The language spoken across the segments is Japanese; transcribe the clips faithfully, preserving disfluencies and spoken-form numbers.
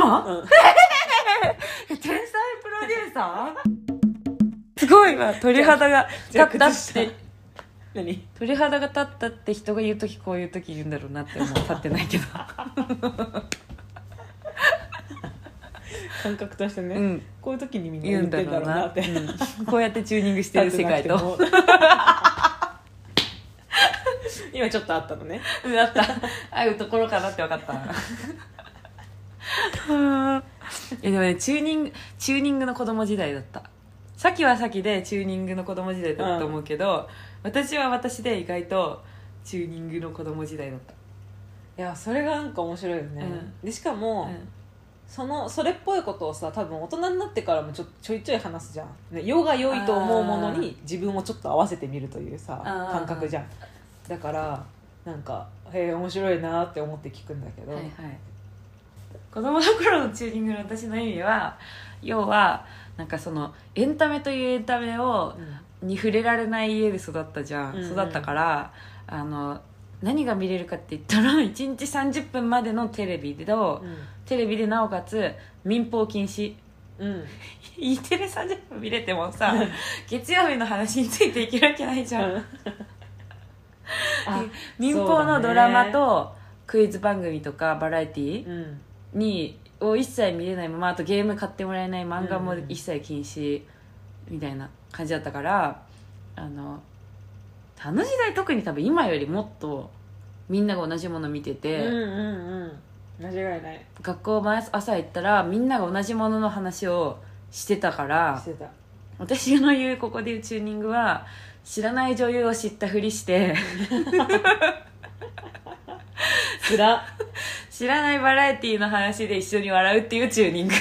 の、うん、天才プロデューサーすごいわ。鳥肌が立ったって何鳥肌が立ったって人が言うときこういうとき言うんだろうなって思う。立ってないけど感覚としてね、 うん、 こういう時にみんな言ってんだろうなって、 うん、こうやってチューニングしてる世界と今ちょっとあったのね。 あった会うところかなって分かったえでもねチューニングチューニングの子供時代だった。さきはさきでチューニングの子供時代だったと思うけど、うん、私は私で意外とチューニングの子供時代だった。 いやそれがなんか面白いよね、うん、でしかも、うん、そのそれっぽいことをさ多分大人になってからもちょちょいちょい話すじゃん、ね、世が良いと思うものに自分をちょっと合わせてみるというさ感覚じゃん。だからなんかへえ面白いなって思って聞くんだけど、はいはい、 子供の頃のチューニングの私の意味は要はなんかそのエンタメというエンタメを、うん、に触れられない家で育ったじゃん、うんうん、育ったからあの何が見れるかって言ったらいちにちさんじゅっぷんまでのテレビで、うん、テレビでなおかつ民放禁止、うん、E テレさんじゅっぷん見れてもさ月曜日の話についていけるわけないじゃん、うん、民放のドラマとクイズ番組とかバラエティに、うん、を一切見れないままあとゲーム買ってもらえない漫画も一切禁止みたいな感じだったからあのあの時代特に多分今よりもっとみんなが同じもの見てて、 うんうんうん間違いない。 学校も朝行ったらみんなが同じものの話をしてたからしてた。 私の言うここで言うチューニングは知らない女優を知ったふりしてつら知らないバラエティの話で一緒に笑うっていうチューニング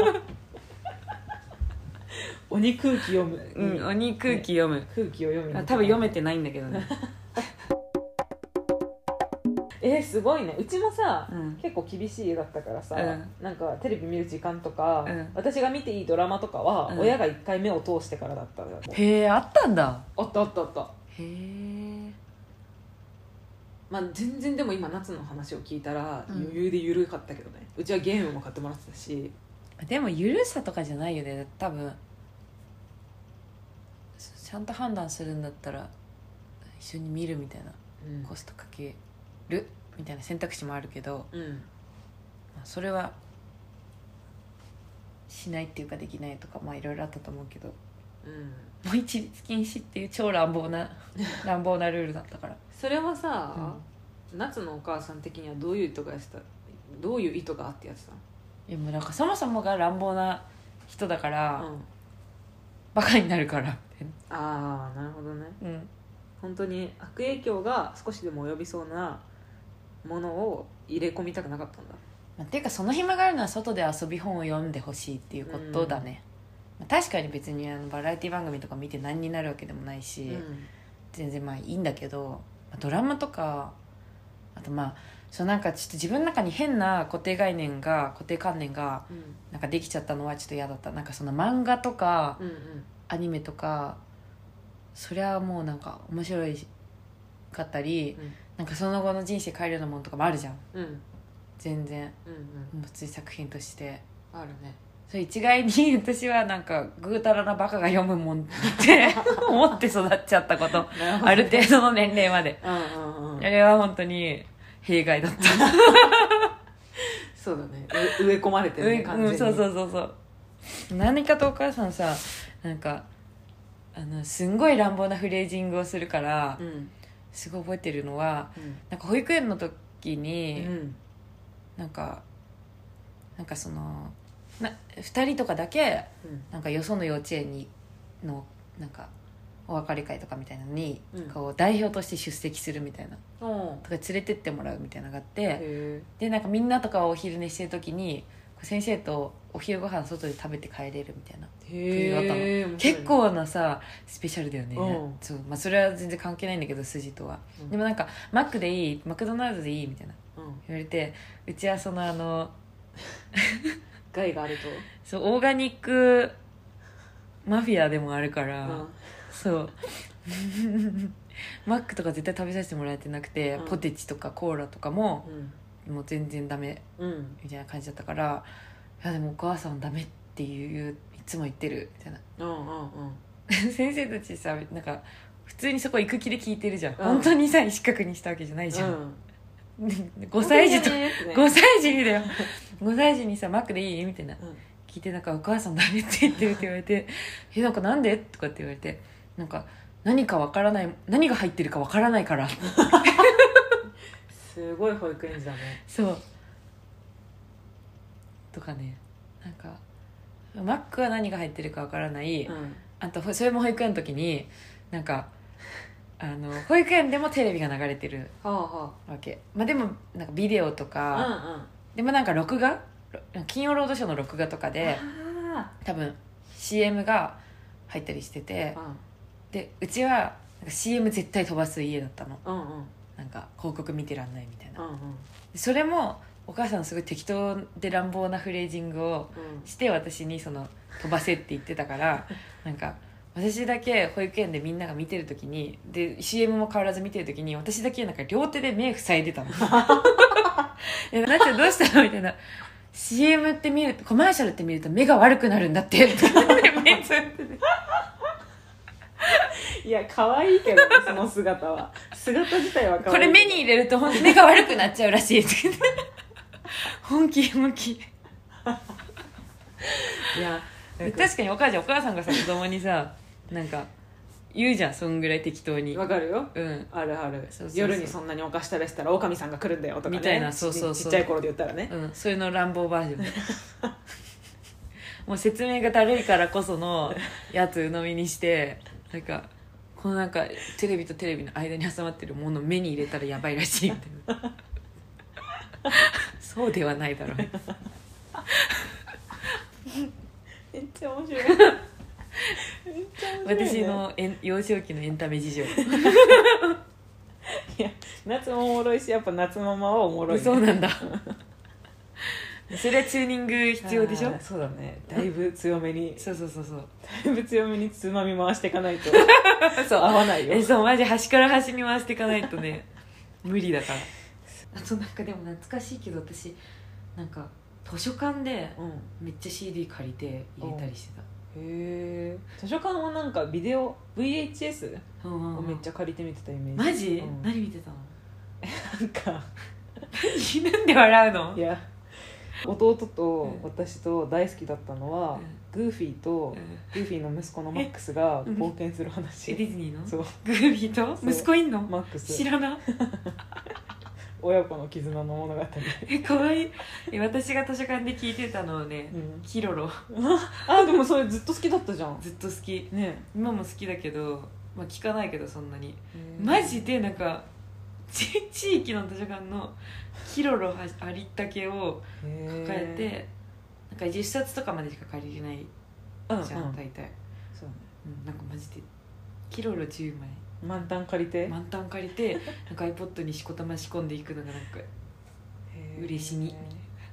鬼空気読む、 うん、鬼空気読む、ね、 空気を読む多分読めてないんだけどねえー、すごいね。うちもさ、うん、結構厳しい家だったからさ、うん、なんかテレビ見る時間とか、うん、私が見ていいドラマとかは、うん、親がいっかい目を通してからだったんだ。 へえあったんだ。 あったあったあった。 へえ。 まあ全然でも今夏の話を聞いたら、うん、余裕で緩かったけどね。うちはゲームも買ってもらってたし。 でも緩さとかじゃないよね多分。ちゃんと判断するんだったら一緒に見るみたいな、うん、コストかけるみたいな選択肢もあるけど、うんまあ、それはしないっていうかできないとかまあいろいろあったと思うけど、うん、もう一律禁止っていう超乱暴な乱暴なルールだったから。 それはさ、うん、夏のお母さん的にはどういう意図がやってたどういう意図があってやってたの？ いやもうなんかそもそもが乱暴な人だから、うん、バカになるからああなるほどね、うん、本当に悪影響が少しでも及びそうなものを入れ込みたくなかったんだ。 まあ、っていうかその暇があるのは外で遊び本を読んでほしいっていうことだね、うんまあ、確かに別にあのバラエティ番組とか見て何になるわけでもないし、うん、全然まあいいんだけど、まあ、ドラマとかあとまあそうなんかちょっと自分の中に変な固定概念が固定観念がなんかできちゃったのはちょっと嫌だった。なんかその漫画とか、うんうん、アニメとかそりゃもうなんか面白いかったり、うん、なんかその後の人生変えるようなものとかもあるじゃん、うん、全然、うんうん、普通に作品としてあるね。 それ一概に私はなんかぐうたらなバカが読むもんって思って育っちゃったことある程度の年齢まで、うんうんうん、あれは本当に弊害だったそうだね植え込まれてるね完全に、うん、 そうそうそうそう。何かとお母さんさなんかあのすんごい乱暴なフレージングをするから、うん、すごい覚えてるのは、うん、なんか保育園の時に、うん、なんかなんかそのなふたりとかだけ、うん、なんかよその幼稚園にのなんかお別れ会とかみたいなのに、うん、こう代表として出席するみたいな、うん、とか連れてってもらうみたいなのがあって、でなんかみんなとかお昼寝してる時に先生とお昼ご飯外で食べて帰れるみたいなへー結構なさスペシャルだよね、うん、そうまあ、それは全然関係ないんだけど筋とは、うん、でもなんかマックでいいマクドナルドでいいみたいな、うん、言われてうちはそのあの害があるとそうオーガニックマフィアでもあるから、うん、そうマックとか絶対食べさせてもらえてなくて、うん、ポテチとかコーラとかも、うん、もう全然ダメ、うん、みたいな感じだったからやでもお母さんダメっていういつも言ってるみたいな、 うんうんうん先生たちさなんか普通にそこ行く気で聞いてるじゃん、 うん、 本当にさ資格にしたわけじゃないじゃん、 うん、 ごさい児と、 ね、 ごさい児にだよごさい児にさマックでいいみたいな、うん、聞いてなんかお母さんダメって言ってるって言われてえなんかなんでとかって言われてなんか何かわからない何が入ってるかわからないからすごい保育園児だねそうとかねなんかマックは何が入ってるかわからない、うん、あとそれも保育園の時になんかあの保育園でもテレビが流れてるわけ、はあ、まあ、でもなんかビデオとか、うんうん、でもなんか録画金曜ロードショーの録画とかで多分 シーエム が入ったりしてて、うん、でうちはなんか シーエム 絶対飛ばす家だったの、うんうん、なんか広告見てらんないみたいな、うんうん、それもお母さんすごい適当で乱暴なフレージングをして私にその飛ばせって言ってたからなんか私だけ保育園でみんなが見てる時にで シーエム も変わらず見てる時に私だけなんか両手で目塞いでたのえなっちゃんどうしたのみたいな シーエム って見るとコマーシャルって見ると目が悪くなるんだってって目つんでていや可愛いけどねその姿は姿自体は可愛いこれ目に入れると目が悪くなっちゃうらしいって本気向きいや確かにお母ちゃんお母さんがさ子供にさなんか言うじゃんそんぐらい適当にわかるよ、 うん、 あるあるそうそうそう夜にそんなにお菓子食べてたら狼さんが来るんだよとかねみたいなそうそうそうちっちゃい頃で言ったらね、 うん、そういうの乱暴バージョンもう説明がだるいからこそのやつ鵜呑みにしてなんかこのなんかテレビとテレビの間に挟まってるものを目に入れたらやばいらしいみたいなそうではないだろうめっちゃ面白い私のえん幼少期のエンタメ事情いや夏もおもろいしやっぱ夏ママはおもろい、ね、 そうなんだそれはチューニング必要でしょそうだねだいぶ強めにそうそうそうそうだいぶ強めにつまみ回していかないとそう合わないよえそうマジ端から端に回していかないとね無理だからあとなんかでも懐かしいけど私なんか図書館でめっちゃ シーディー 借りて入れたりしてた、 うん、へえ図書館はなんかビデオ ブイエイチエス をめっちゃ借りて見てたイメージマジ、 うん、 何見てたのなんかなんで笑うのいや弟と私と大好きだったのは、うん、グーフィーと、うん、グーフィーの息子のマックスが冒険する話、 えディズニーのそうグーフィーと息子いんのマックス知らな親子の絆の物語えかわいい私が図書館で聞いてたのをね、うん、キロロあでもそれずっと好きだったじゃんずっと好き、 ね、 今も好きだけど、まあ、聞かないけどそんなにマジでなんか地域の図書館のキロロありったけを抱えてなんかじゅっさつとかまでしか借りれないじゃん、うんうん、大体そう、ねうん、なんかマジでキロロじゅうまい満タン借りて満タン借りてなんか iPod にしこたま仕込んでいくのがなんか嬉しに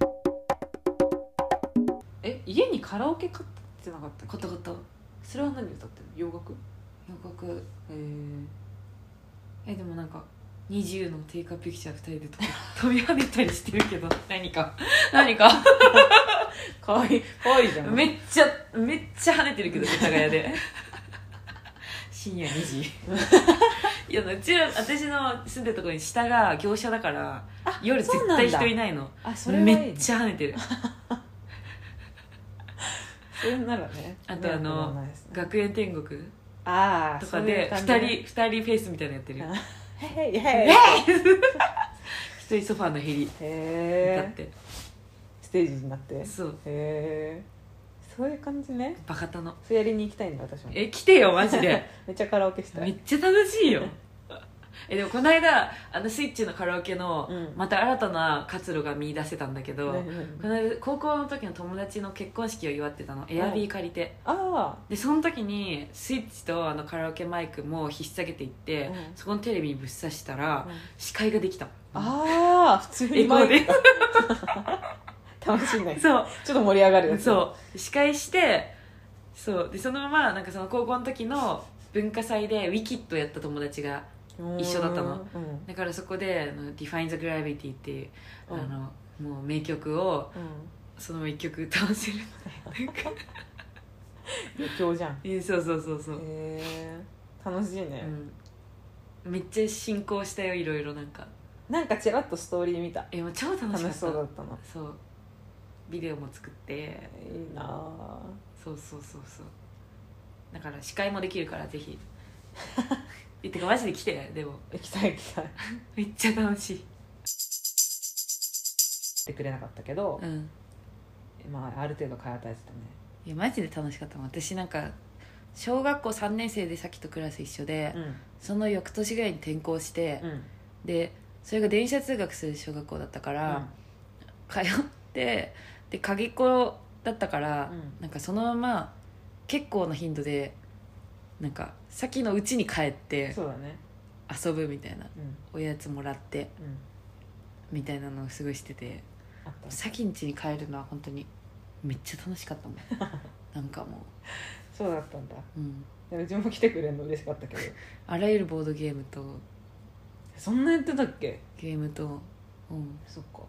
え家にカラオケ買ってなかったっけ買った買ったそれは何歌ってるの洋楽洋楽へえでもなんかにじゅうのテイカーピクチャーふたりで飛び跳ねたりしてるけど何か何かかわいいかわいいじゃんめっちゃめっちゃ跳ねてるけど世田谷で深夜にじいやうちら私の住んでるところに下が業者だから夜絶対人いないのあそれはいい、ね、 めっちゃ跳ねてるそれならねあとあの、ね、学園天国あとかでふたりふたりフェイスみたいなのやってるヘイヘイ一人ソファーのへりへ立ってステージになってそうへえそういう感じねバカタのそれやりに行きたいんだ私もえ来てよマジでめっちゃカラオケしたいめっちゃ楽しいよえでもこの間あのスイッチのカラオケの、うん、また新たな活路が見出せたんだけど、うん、この間高校の時の友達の結婚式を祝ってたのエアビー借りて、 うん、あでその時にスイッチとあのカラオケマイクも引っ提げていって、うん、そこのテレビにぶっ刺したら、うん、司会ができた、 ああ普通にマイクで楽しいねそうちょっと盛り上がるやつそう司会してそうでそのままなんかその高校の時の文化祭でウィキッドやった友達が一緒だったの、うん、だからそこであの Define the Gravity っていう、うん、あのもう名曲をそのまま一曲歌わせるなんか余興じゃん。 えそうそうそうそう、 へえ楽しいね、 うん、めっちゃ進行したよいろいろ。なんかなんかちらっとストーリー見た。 えもう超楽しかった。 楽しそうだったの。 そうビデオも作って、 いいなあ。 そうそうそうそう、だから司会もできるからぜひえてかマジで来て。でも行きたい行きたいめっちゃ楽しい。 ってくれなかったけど、 うん、 まあある程度通ったやつだね。 いやマジで楽しかったもん。私なんか小学校さんねん生でさっきとクラス一緒で、 うんその翌年ぐらいに転校して、 うんでそれが電車通学する小学校だったから、通ってで鍵っ子だったから、 うん、 なんかそのまま結構な頻度でなんか先のうちに帰ってそうだね、 遊ぶみたいな、 うんおやつもらってうんみたいなのをすごいしてて、 あった先ん家に帰るのは本当にめっちゃ楽しかったもんなんかもそうだったんだ。 う、うん、 でうちも来てくれるの嬉しかったけどあらゆるボードゲームとそんなやってたっけ。 ゲームと、うん、 そっか。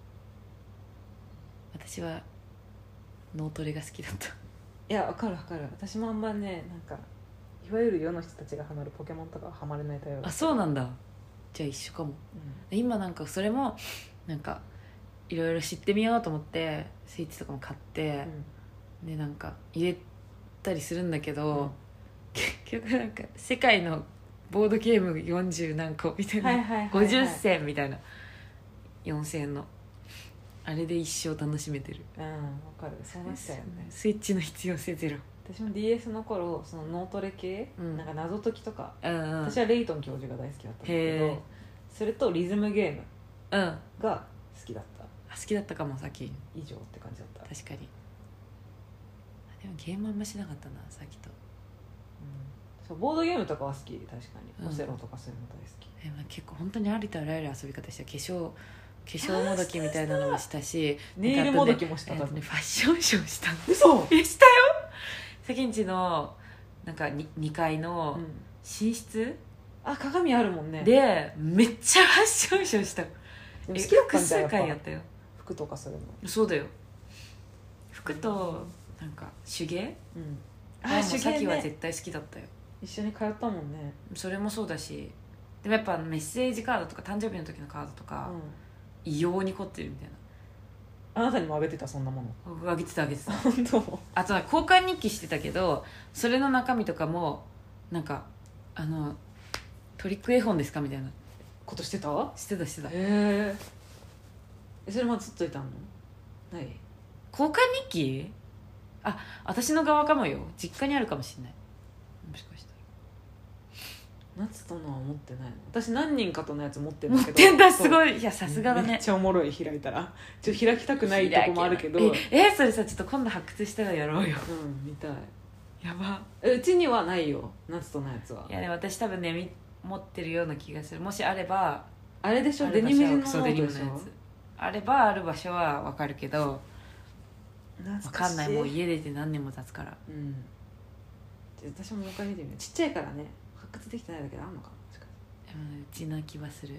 私は脳トレが好きだった。 いやわかるわかる。私もあんまねなんかいわゆる世の人たちがハマるポケモンとかはハマれないタイプ。 あそうなんだ。じゃあ一緒かも。 うん、 今なんかそれもなんかいろいろ知ってみようと思ってスイッチとかも買って、うん、でなんか入れたりするんだけど、うん、結局なんか世界のボードゲームよんじゅう何個みたいな、はいはいはいはい、ごじゅっせんみたいなよんせんえんのあれで一生楽しめてる。 うんわかる。そうなったよね。 スイッチの必要性ゼロ。 私も ディーエス の頃その脳トレ系、うん、なんか謎解きとか、うんうん、私はレイトン教授が大好きだったんだけど、それとリズムゲームが好きだった、 うん、好きだったかも。さっき以上って感じだった。 確かに。でもゲームあんましなかったなさっきと、 うん、そうボードゲームとかは好き。確かに、うん、オセロとかそういうの大好き。 え、まあ、結構本当にありとあらゆる遊び方した。化粧化粧もどきみたいなのもしたしネイルもどきもした。 ね、えーね、ファッションショーした。 嘘えしたよ。先んちのなんか 2, にかいの寝室、うん、 あ鏡あるもんね。 でめっちゃファッションショーした。 でも好きだったんだよ。 複数回やったよ。 服とかするの。 そうだよ。服となんか手芸、うん、 あ手芸さっきは絶対好きだったよ。 一緒に通ったもんね。 それもそうだし、でもやっぱメッセージカードとか誕生日の時のカードとか、うん、異様に凝ってるみたいな。 あなたにもあげてたそんなもの。 あげてたあげてた。 本当。 あとは交換日記してたけど、それの中身とかもなんかあのトリック絵本ですかみたいなことしてたしてたしてた。へえ。それまでつっといたのない。 交換日記、あ私の側かもよ。実家にあるかもしれない。もしかしたら夏とのは持ってないの。私何人かとのやつ持ってるんだけど。 持ってんだ。すごい。いやさすがだね。 めっちゃおもろい。開いたらちょっと開きたくないとこもあるけど。 ええそれさちょっと今度発掘したらやろうよ。 うん見たい。 やば。 うちにはないよ夏とのやつは。 いやでも私多分ね持ってるような気がする。もしあればあれでしょ、デニムのノートでしょ。あればある場所は分かるけど分かんない。もう家出て何年も経つから。 うん。私ももう一回見てみよう。ちっちゃいからね発掘できてないだけであんのかな。 うちな気はする、うん、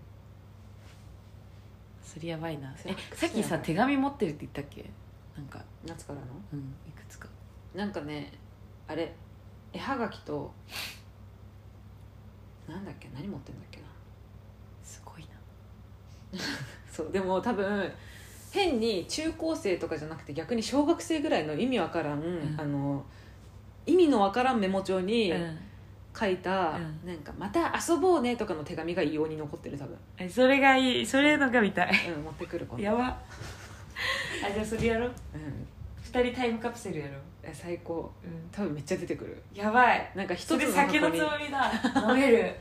それやばいな。えさっきさ手紙持ってるって言ったっけ。なんか夏からの、 うん、いくつかなんかねあれ絵はがきとなんだっけ何持ってんだっけな。 すごいなそうでも多分変に中高生とかじゃなくて逆に小学生ぐらいの意味わからん、うん、あの意味のわからんメモ帳に、うん書いた、うん、なんかまた遊ぼうねとかの手紙が異様に残ってる多分。 えそれがいい。それのが見たい。 うん持ってくる子。 やばあじゃあそれやろう。うんふたりタイムカプセルやろう。 え最高、うん、多分めっちゃ出てくる。 やばい。 なんか一つの箱に酒のつもりだ飲める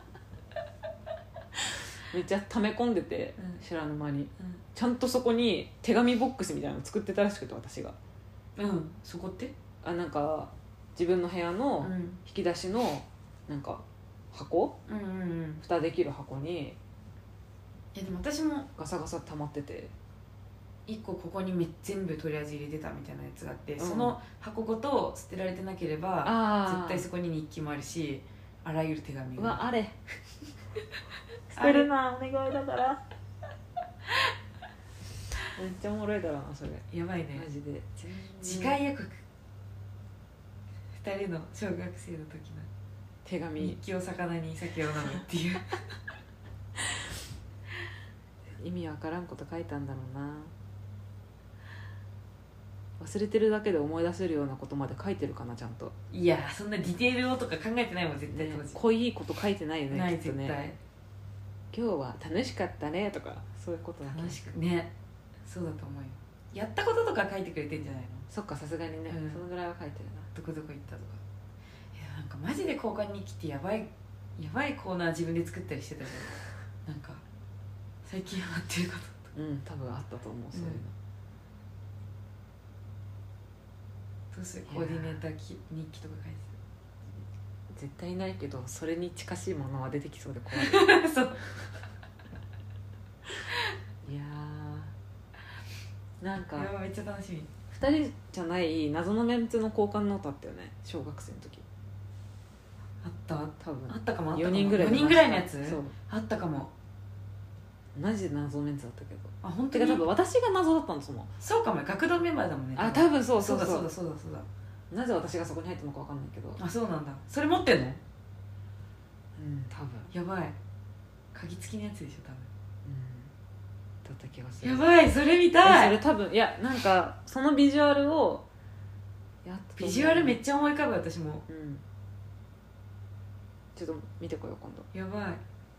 めっちゃ溜め込んでて、うん、知らぬ間に、うん、ちゃんとそこに手紙ボックスみたいなの作ってたらしくて私が。 うんそこってあなんか自分の部屋の引き出しのなんか箱、うんうんうん、蓋できる箱にいやでも私もガサガサ溜まってていっこここにめ全部とりあえず入れてたみたいなやつがあって、うん、その箱ごと捨てられてなければ絶対そこに日記もあるしあらゆる手紙が。 うわあれ捨てるなお願いだからめっちゃおもろいだろうなそれ。 やばいねマジで次回予告、ふたりの小学生の時の手紙、 日記を魚に酒を飲むっていう意味わからんこと書いたんだろうな。忘れてるだけで思い出せるようなことまで書いてるかな、ちゃんと。 いやそんなディテールをとか考えてないもん絶対当ね、 時、 濃いこと書いてないよね、 ないきっとね。 絶対今日は楽しかったねとかそういうことだけ。 楽しくね、そうだと思うよ。やったこととか書いてくれてんじゃないの。 そっか、さすがにね、 うんそのぐらいは書いてるな。 どこどこ行ったとか。いやなんかマジで交換日記ってやばいやばいコーナー自分で作ったりしてたじゃんなんか最近ハマってることうん、多分あったと思う、そういうの。 どうするコーディネーターき日記とか書いて絶対ないけど、それに近しいものは出てきそうで怖いたそういやー、なんかいやめっちゃ楽しみ。 ふたりじゃない謎のメンツの交換ノートあったよね、小学生の時。 あった多分あったかもあったかもよにんぐらいよにんぐらいのやつそう、 あったかも。 マジで謎メンツだったけど。 あ本当にてか多分私が謎だったの、その。 そうかもよ、学童メンバーだもんね。 あ、多分そうそうそう。 そうだそうだそうだなぜ私がそこに入ったのか分かんないけど。 あそうなんだ。それ持ってんの。 うん、多分。 やばい、鍵付きのやつでしょ多分。 だった気がする。 やばい、それ見たい。 それ多分、いやなんかそのビジュアルをやっとビジュアルめっちゃ思い浮かぶ私も。 うん、ちょっと見てこよう今度。 やばい。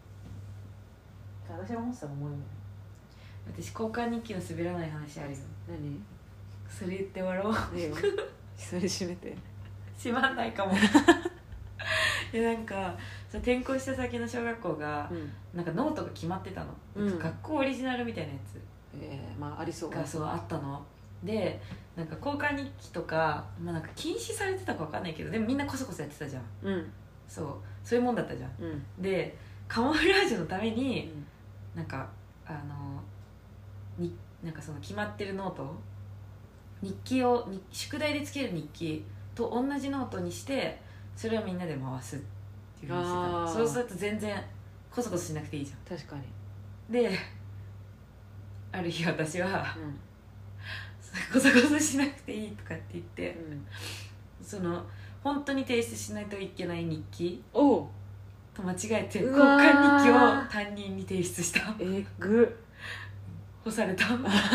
私が思ってたら思うよね。 私交換日記の滑らない話あるよ。 何？ それ言って終わろう。 いいよそれ閉めて。 閉まんないかもいやなんかそう転校した先の小学校が、 うん、 なんかノートが決まってたの、 うん、 学校オリジナルみたいなやつえー、まあありそうがそうあったので、なんか交換日記とか、まあ、なんか禁止されてたか分かんないけどでもみんなこそこそやってたじゃん。 うんそうそういうもんだったじゃん。 うんでカモフラージュのためうに、 んなんかあのになんかその決まってるノート日記をに宿題でつける日記と同じノートにしてそれをみんなで回すっていうふうにしてた。そうすると全然コソコソしなくていいじゃん。 確かに。 である日私は、 うんコソコソしなくていいとかって言って、 うんその本当に提出しないといけない日記おうと間違えて交うわー換日記を担任に提出した。 えぐ干された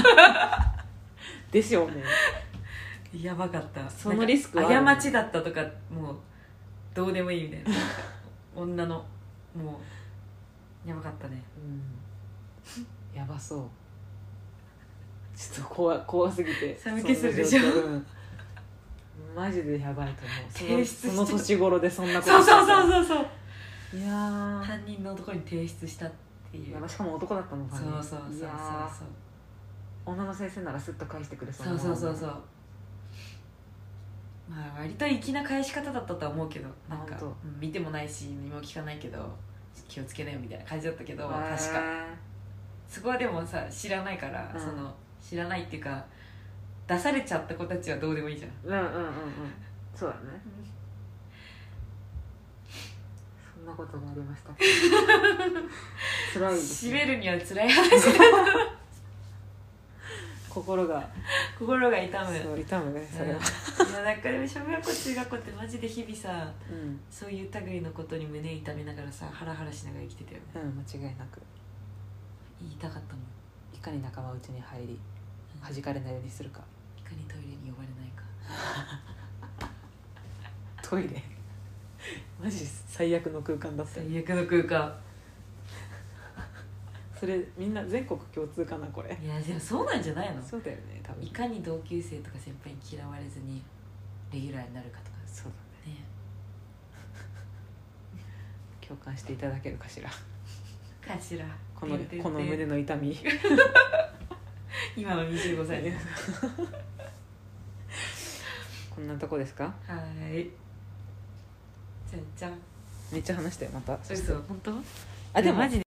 でしょうね。 やばかった。 そのリスクはあるね。 過ちだったとかもうどうでもいいみたいな女のもうやばかったね。 うんやばそう。ちょっと怖怖すぎて寒気するでしょ。 そんな状況うんマジでやばいと思う。 提出してそのその年頃でそんなことそうそうそううそうそういやー担任の男に提出したっていう。 やばしかも男だったのかね。 そうそうそうそういやー女の先生ならスッと返してくれそうそうなそうそうそう。まあ割と粋な返し方だったとは思うけど、なんか本当うん見てもないし何も聞かないけど気をつけなよみたいな感じだったけど、 へ確ーかそこはでもさ知らないから、 うん、 その知らないっていうか出されちゃった子たちはどうでもいいじゃん。 うんうんうんうんそうだね。そんなことがありました辛いです締ね。 めるには辛い話だ心が心が痛む。 そう痛むねそれは。 うんいやなんかでも小学校中学校ってマジで日々さうんそういう類のことに胸痛めながらさハラハラしながら生きてたよね。 うん間違いなく。 言いたかったもん。 いかに仲間内に入り弾かれないようにするか。 いかにトイレに呼ばれないか。 トイレマジ最悪の空間だったよ。 最悪の空間。 それみんな全国共通かなこれ。 いやでもそうなんじゃないの。 そうだよね多分。 いかに同級生とか先輩に嫌われずにレギュラーになるかとかそうだね。 ね。 共感していただけるかしら。 かしらこのてんてんてんこの胸の痛み。 今のにじゅうごさいですこんなとこですか。 はいじゃんじゃん。 めっちゃ話したよまた。 そうそう本当。 あでもマジで